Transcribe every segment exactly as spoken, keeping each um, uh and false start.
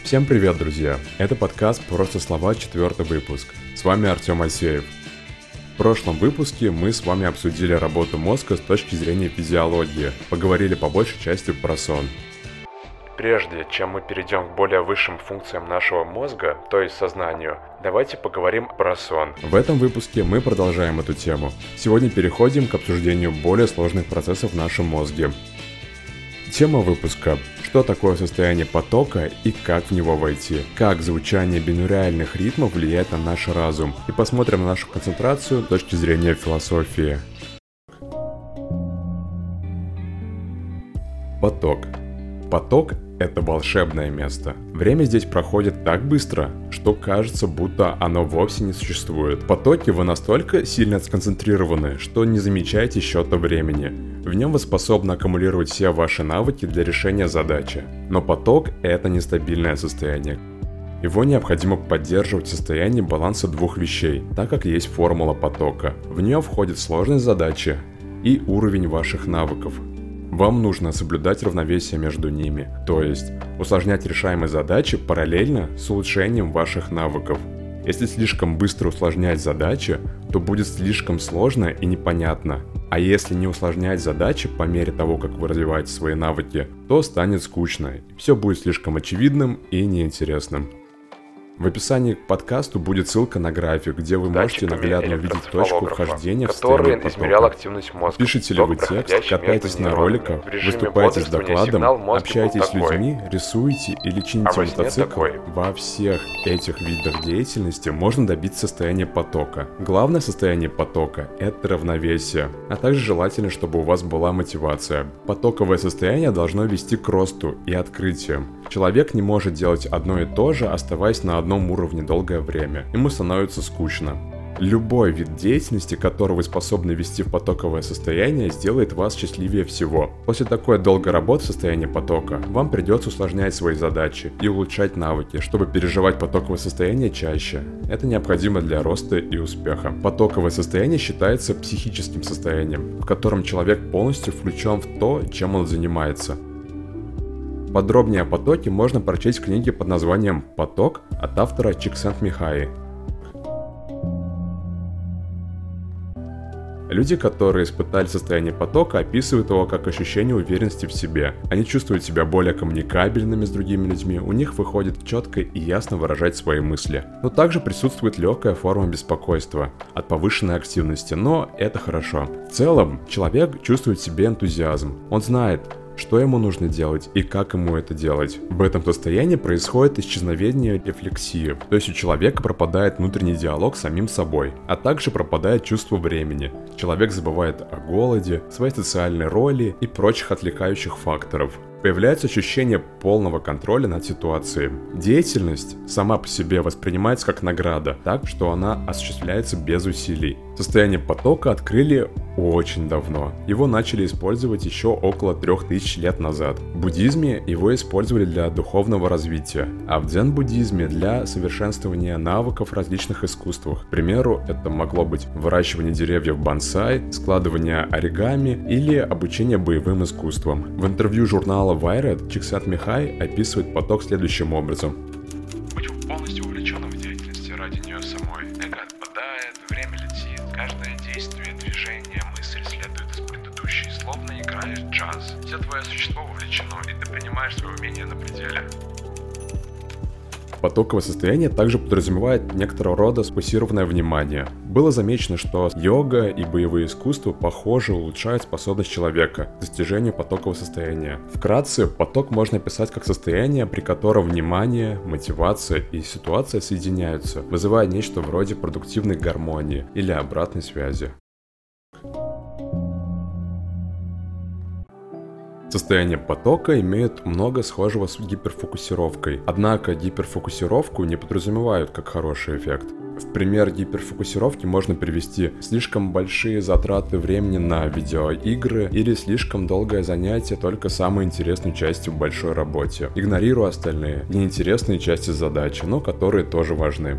Всем привет, друзья! Это подкаст «Просто слова», четвертый выпуск. С вами Артем Асеев. В прошлом выпуске мы с вами обсудили работу мозга с точки зрения физиологии, поговорили по большей части про сон. Прежде чем мы перейдем к более высшим функциям нашего мозга, то есть сознанию, давайте поговорим про сон. В этом выпуске мы продолжаем эту тему. Сегодня переходим к обсуждению более сложных процессов в нашем мозге. Тема выпуска: что такое состояние потока и как в него войти, как звучание бинуриальных ритмов влияет на наш разум, и посмотрим на нашу концентрацию с точки зрения философии. Поток. Поток — это волшебное место. Время здесь проходит так быстро, что кажется, будто оно вовсе не существует. В потоке вы настолько сильно сконцентрированы, что не замечаете счета времени. В нем вы способны аккумулировать все ваши навыки для решения задачи. Но поток — это нестабильное состояние. Его необходимо поддерживать в состоянии баланса двух вещей, так как есть формула потока. В нее входит сложность задачи и уровень ваших навыков. Вам нужно соблюдать равновесие между ними, то есть усложнять решаемые задачи параллельно с улучшением ваших навыков. Если слишком быстро усложнять задачи, то будет слишком сложно и непонятно. А если не усложнять задачи по мере того, как вы развиваете свои навыки, то станет скучно, и все будет слишком очевидным и неинтересным. В описании к подкасту будет ссылка на график, где вы можете наглядно увидеть точку вхождения в состояние потока. Пишете ли вы текст, катаетесь на роликах, выступаете с докладом, общаетесь с людьми, рисуете или чините мотоцикл. Во всех этих видах деятельности можно добиться состояния потока. Главное состояние потока – это равновесие, а также желательно, чтобы у вас была мотивация. Потоковое состояние должно вести к росту и открытиям. Человек не может делать одно и то же, оставаясь на одном уровне долгое время. Ему становится скучно. Любой вид деятельности, который вы способны вести в потоковое состояние, сделает вас счастливее всего. После такой долгой работы в состоянии потока, вам придется усложнять свои задачи и улучшать навыки, чтобы переживать потоковое состояние чаще. Это необходимо для роста и успеха. Потоковое состояние считается психическим состоянием, в котором человек полностью включен в то, чем он занимается. Подробнее о потоке можно прочесть в книге под названием «Поток» от автора Чиксент-Михай. Люди, которые испытали состояние потока, описывают его как ощущение уверенности в себе. Они чувствуют себя более коммуникабельными с другими людьми, у них выходит четко и ясно выражать свои мысли. Но также присутствует легкая форма беспокойства от повышенной активности, но это хорошо. В целом, человек чувствует в себе энтузиазм. Он знает, что ему нужно делать и как ему это делать. В этом состоянии происходит исчезновение рефлексии, то есть у человека пропадает внутренний диалог с самим собой, а также пропадает чувство времени. Человек забывает о голоде, своей социальной роли и прочих отвлекающих факторов. Появляется ощущение полного контроля над ситуацией. Деятельность сама по себе воспринимается как награда, так что она осуществляется без усилий. Состояние потока открыли очень давно. Его начали использовать еще около трех тысяч лет назад. В буддизме его использовали для духовного развития, а в дзен-буддизме для совершенствования навыков в различных искусствах. К примеру, это могло быть выращивание деревьев бонсай, складывание оригами или обучение боевым искусствам. В интервью журнала Wired Чиксент-Михай описывает поток следующим образом. Быть полностью увлеченным в деятельности ради нее самой. Эго отпадает, время летит, каждое действие, движение, мысль следует из предыдущей, словно играешь джаз. Все твое существо вовлечено, и ты принимаешь свое умение на пределе. Потоковое состояние также подразумевает некоторого рода сфокусированное внимание. Было замечено, что йога и боевые искусства, похоже, улучшают способность человека к достижению потокового состояния. Вкратце, поток можно описать как состояние, при котором внимание, мотивация и ситуация соединяются, вызывая нечто вроде продуктивной гармонии или обратной связи. Состояние потока имеет много схожего с гиперфокусировкой, однако гиперфокусировку не подразумевают как хороший эффект. В пример гиперфокусировки можно привести слишком большие затраты времени на видеоигры или слишком долгое занятие только самой интересной частью в большой работе, игнорируя остальные, неинтересные части задачи, но которые тоже важны.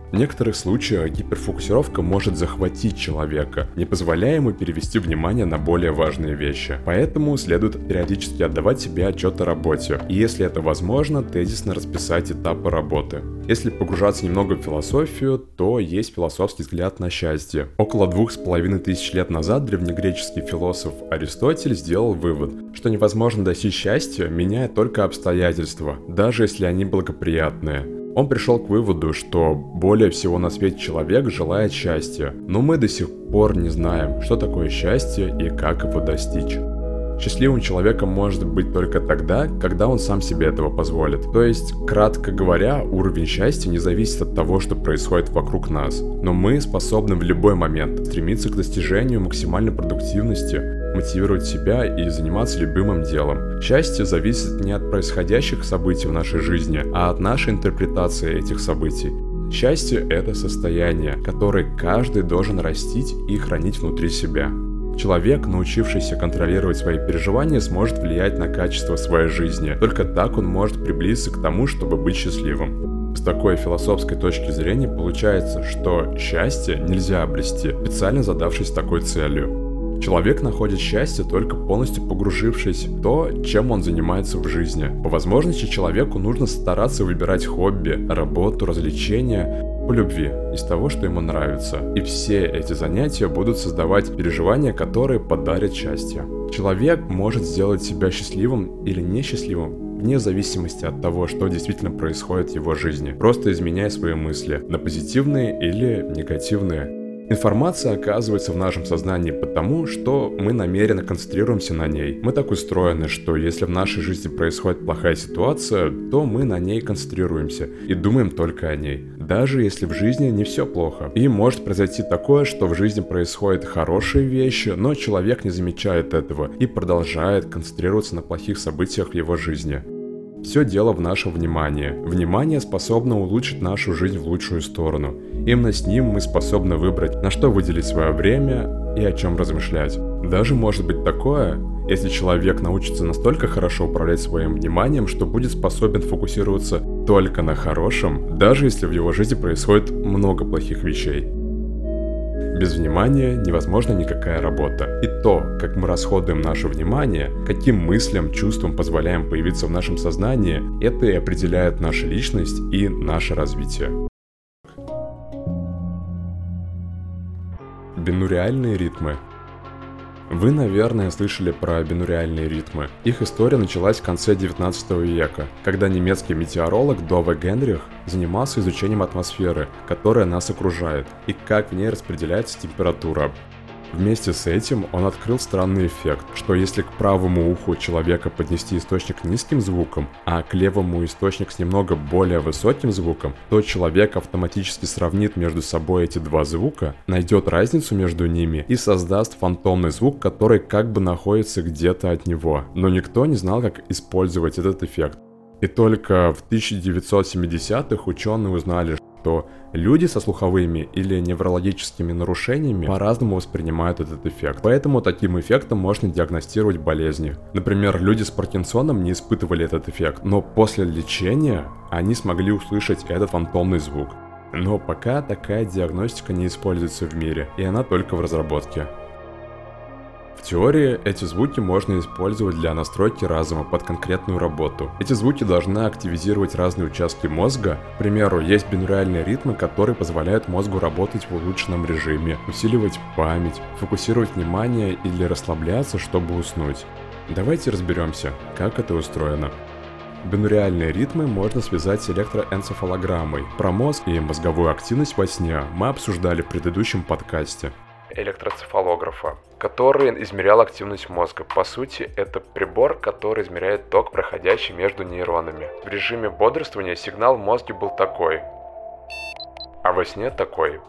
В некоторых случаях гиперфокусировка может захватить человека, не позволяя ему перевести внимание на более важные вещи. Поэтому следует периодически отдавать себе отчет о работе, и если это возможно, тезисно расписать этапы работы. Если погружаться немного в философию, то есть философский взгляд на счастье. Около двух с половиной тысяч лет назад древнегреческий философ Аристотель сделал вывод, что невозможно достичь счастья, меняя только обстоятельства, даже если они благоприятные. Он пришел к выводу, что более всего на свете человек желает счастья, но мы до сих пор не знаем, что такое счастье и как его достичь. Счастливым человеком может быть только тогда, когда он сам себе этого позволит. То есть, кратко говоря, уровень счастья не зависит от того, что происходит вокруг нас. Но мы способны в любой момент стремиться к достижению максимальной продуктивности, мотивировать себя и заниматься любимым делом. Счастье зависит не от происходящих событий в нашей жизни, а от нашей интерпретации этих событий. Счастье – это состояние, которое каждый должен растить и хранить внутри себя. Человек, научившийся контролировать свои переживания, сможет влиять на качество своей жизни. Только так он может приблизиться к тому, чтобы быть счастливым. С такой философской точки зрения получается, что счастье нельзя обрести, специально задавшись такой целью. Человек находит счастье только полностью погружившись в то, чем он занимается в жизни. По возможности человеку нужно стараться выбирать хобби, работу, развлечения по любви, из того, что ему нравится. И все эти занятия будут создавать переживания, которые подарят счастье. Человек может сделать себя счастливым или несчастливым вне зависимости от того, что действительно происходит в его жизни, просто изменяя свои мысли на позитивные или негативные. Информация оказывается в нашем сознании потому, что мы намеренно концентрируемся на ней. Мы так устроены, что если в нашей жизни происходит плохая ситуация, то мы на ней концентрируемся и думаем только о ней, даже если в жизни не все плохо. И может произойти такое, что в жизни происходят хорошие вещи, но человек не замечает этого и продолжает концентрироваться на плохих событиях в его жизни. Все дело в нашем внимании. Внимание способно улучшить нашу жизнь в лучшую сторону. Именно с ним мы способны выбрать, на что выделить свое время и о чем размышлять. Даже может быть такое, если человек научится настолько хорошо управлять своим вниманием, что будет способен фокусироваться только на хорошем, даже если в его жизни происходит много плохих вещей. Без внимания невозможна никакая работа. И то, как мы расходуем наше внимание, каким мыслям, чувствам позволяем появиться в нашем сознании, это и определяет нашу личность и наше развитие. Бинуриальные ритмы. Вы, наверное, слышали про бинуриальные ритмы. Их история началась в конце девятнадцатого века, когда немецкий метеоролог Дове Генрих занимался изучением атмосферы, которая нас окружает, и как в ней распределяется температура. Вместе с этим он открыл странный эффект, что если к правому уху человека поднести источник низким звуком, а к левому источник с немного более высоким звуком, то человек автоматически сравнит между собой эти два звука, найдет разницу между ними и создаст фантомный звук, который как бы находится где-то от него. Но никто не знал, как использовать этот эффект. И только в тысяча девятьсот семидесятых ученые узнали, что люди со слуховыми или неврологическими нарушениями по-разному воспринимают этот эффект. Поэтому таким эффектом можно диагностировать болезни. Например, люди с Паркинсоном не испытывали этот эффект, но после лечения они смогли услышать этот фантомный звук. Но пока такая диагностика не используется в мире, и она только в разработке. В теории эти звуки можно использовать для настройки разума под конкретную работу. Эти звуки должны активизировать разные участки мозга. К примеру, есть бинуриальные ритмы, которые позволяют мозгу работать в улучшенном режиме, усиливать память, фокусировать внимание или расслабляться, чтобы уснуть. Давайте разберемся, как это устроено. Бинуриальные ритмы можно связать с электроэнцефалограммой. Про мозг и мозговую активность во сне мы обсуждали в предыдущем подкасте. Электроцефалографа, который измерял активность мозга. По сути, это прибор, который измеряет ток, проходящий между нейронами. В режиме бодрствования сигнал в мозге был такой, а во сне такой.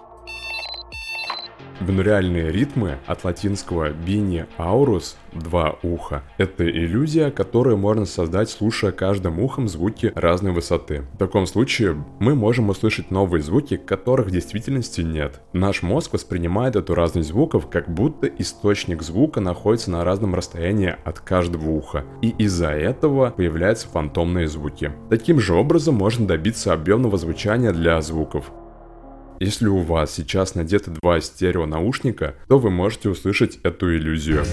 Бинуриальные ритмы от латинского bini aurus – два уха. Это иллюзия, которую можно создать, слушая каждым ухом звуки разной высоты. В таком случае мы можем услышать новые звуки, которых в действительности нет. Наш мозг воспринимает эту разность звуков, как будто источник звука находится на разном расстоянии от каждого уха, и из-за этого появляются фантомные звуки. Таким же образом можно добиться объемного звучания для звуков. Если у вас сейчас надеты два стереонаушника, то вы можете услышать эту иллюзию.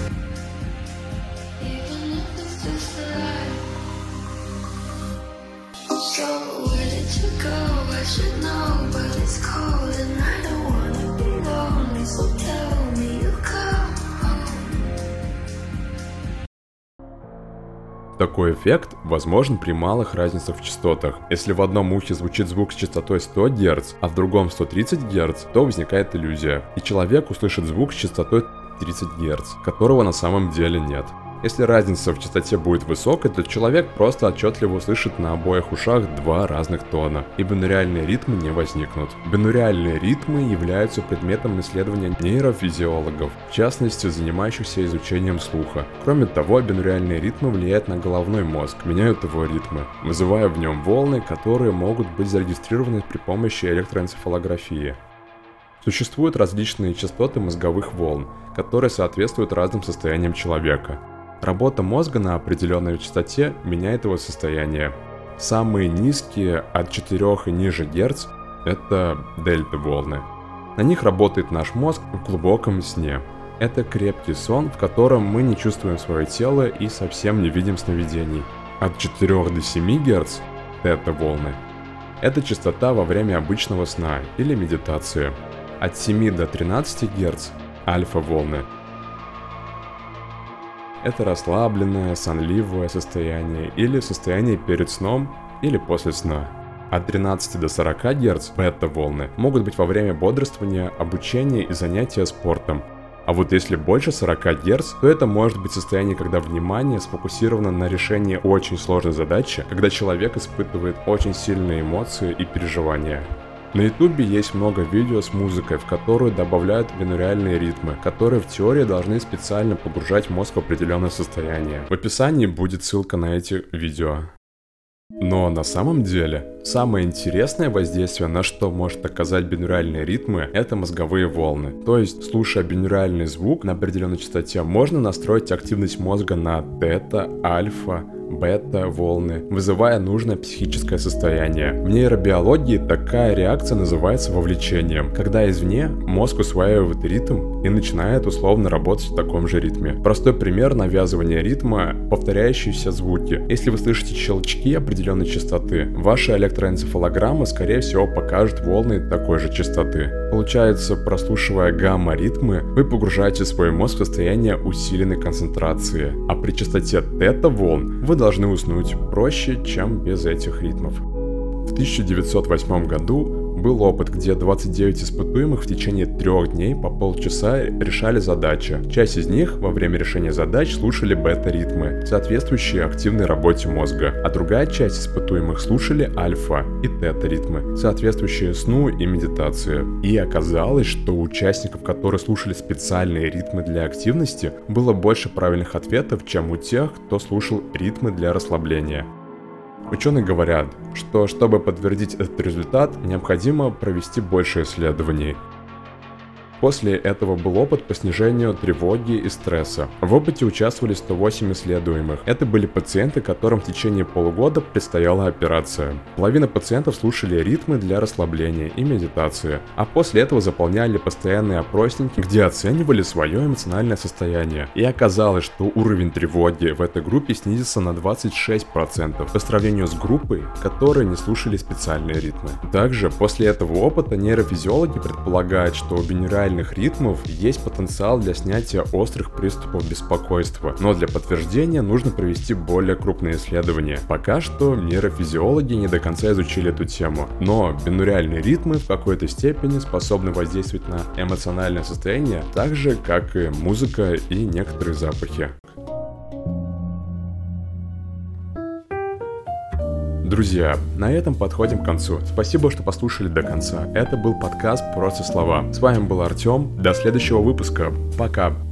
Такой эффект возможен при малых разницах в частотах. Если в одном ухе звучит звук с частотой сто герц, а в другом сто тридцать герц, то возникает иллюзия, и человек услышит звук с частотой тридцать герц, которого на самом деле нет. Если разница в частоте будет высокой, то человек просто отчетливо услышит на обоих ушах два разных тона, и бинуриальные ритмы не возникнут. Бинуриальные ритмы являются предметом исследования нейрофизиологов, в частности, занимающихся изучением слуха. Кроме того, бинуриальные ритмы влияют на головной мозг, меняют его ритмы, вызывая в нем волны, которые могут быть зарегистрированы при помощи электроэнцефалографии. Существуют различные частоты мозговых волн, которые соответствуют разным состояниям человека. Работа мозга на определенной частоте меняет его состояние. Самые низкие, от четырёх и ниже герц, это дельта-волны. На них работает наш мозг в глубоком сне. Это крепкий сон, в котором мы не чувствуем свое тело и совсем не видим сновидений. От четырёх до семи герц, тета-волны, это частота во время обычного сна или медитации. От семи до тринадцати герц, альфа-волны, это расслабленное, сонливое состояние или состояние перед сном или после сна. От тринадцати до сорока герц, бета-волны, могут быть во время бодрствования, обучения и занятия спортом. А вот если больше сорока герц, то это может быть состояние, когда внимание сфокусировано на решении очень сложной задачи, когда человек испытывает очень сильные эмоции и переживания. На ютубе есть много видео с музыкой, в которую добавляют бинуриальные ритмы, которые в теории должны специально погружать мозг в определенное состояние. В описании будет ссылка на эти видео. Но на самом деле, самое интересное воздействие, на что может оказать бинуриальные ритмы, это мозговые волны. То есть, слушая бинуриальный звук на определенной частоте, можно настроить активность мозга на тета, альфа, бета-волны, вызывая нужное психическое состояние. В нейробиологии такая реакция называется вовлечением, когда извне мозг усваивает ритм и начинает условно работать в таком же ритме. Простой пример навязывания ритма – повторяющиеся звуки. Если вы слышите щелчки определенной частоты, ваша электроэнцефалограмма, скорее всего, покажет волны такой же частоты. Получается, прослушивая гамма-ритмы, вы погружаете свой мозг в состояние усиленной концентрации, а при частоте тета-волн вы должны уснуть проще, чем без этих ритмов. В тысяча девятьсот восьмом году был опыт, где двадцать девять испытуемых в течение трех дней по полчаса решали задачи. Часть из них во время решения задач слушали бета-ритмы, соответствующие активной работе мозга, а другая часть испытуемых слушали альфа и тета-ритмы, соответствующие сну и медитации. И оказалось, что у участников, которые слушали специальные ритмы для активности, было больше правильных ответов, чем у тех, кто слушал ритмы для расслабления. Ученые говорят, что чтобы подтвердить этот результат, необходимо провести больше исследований. После этого был опыт по снижению тревоги и стресса. В опыте участвовали сто восемь исследуемых. Это были пациенты, которым в течение полугода предстояла операция. Половина пациентов слушали ритмы для расслабления и медитации, а после этого заполняли постоянные опросники, где оценивали свое эмоциональное состояние. И оказалось, что уровень тревоги в этой группе снизился на двадцать шесть процентов по сравнению с группой, которые не слушали специальные ритмы. Также после этого опыта нейрофизиологи предполагают, что у бинуриальных ритмов есть потенциал для снятия острых приступов беспокойства, но для подтверждения нужно провести более крупные исследования. Пока что нейрофизиологи не до конца изучили эту тему, но бинуриальные ритмы в какой-то степени способны воздействовать на эмоциональное состояние, так же как и музыка и некоторые запахи. Друзья, на этом подходим к концу. Спасибо, что послушали до конца. Это был подкаст «Просто слова». С вами был Артем. До следующего выпуска. Пока.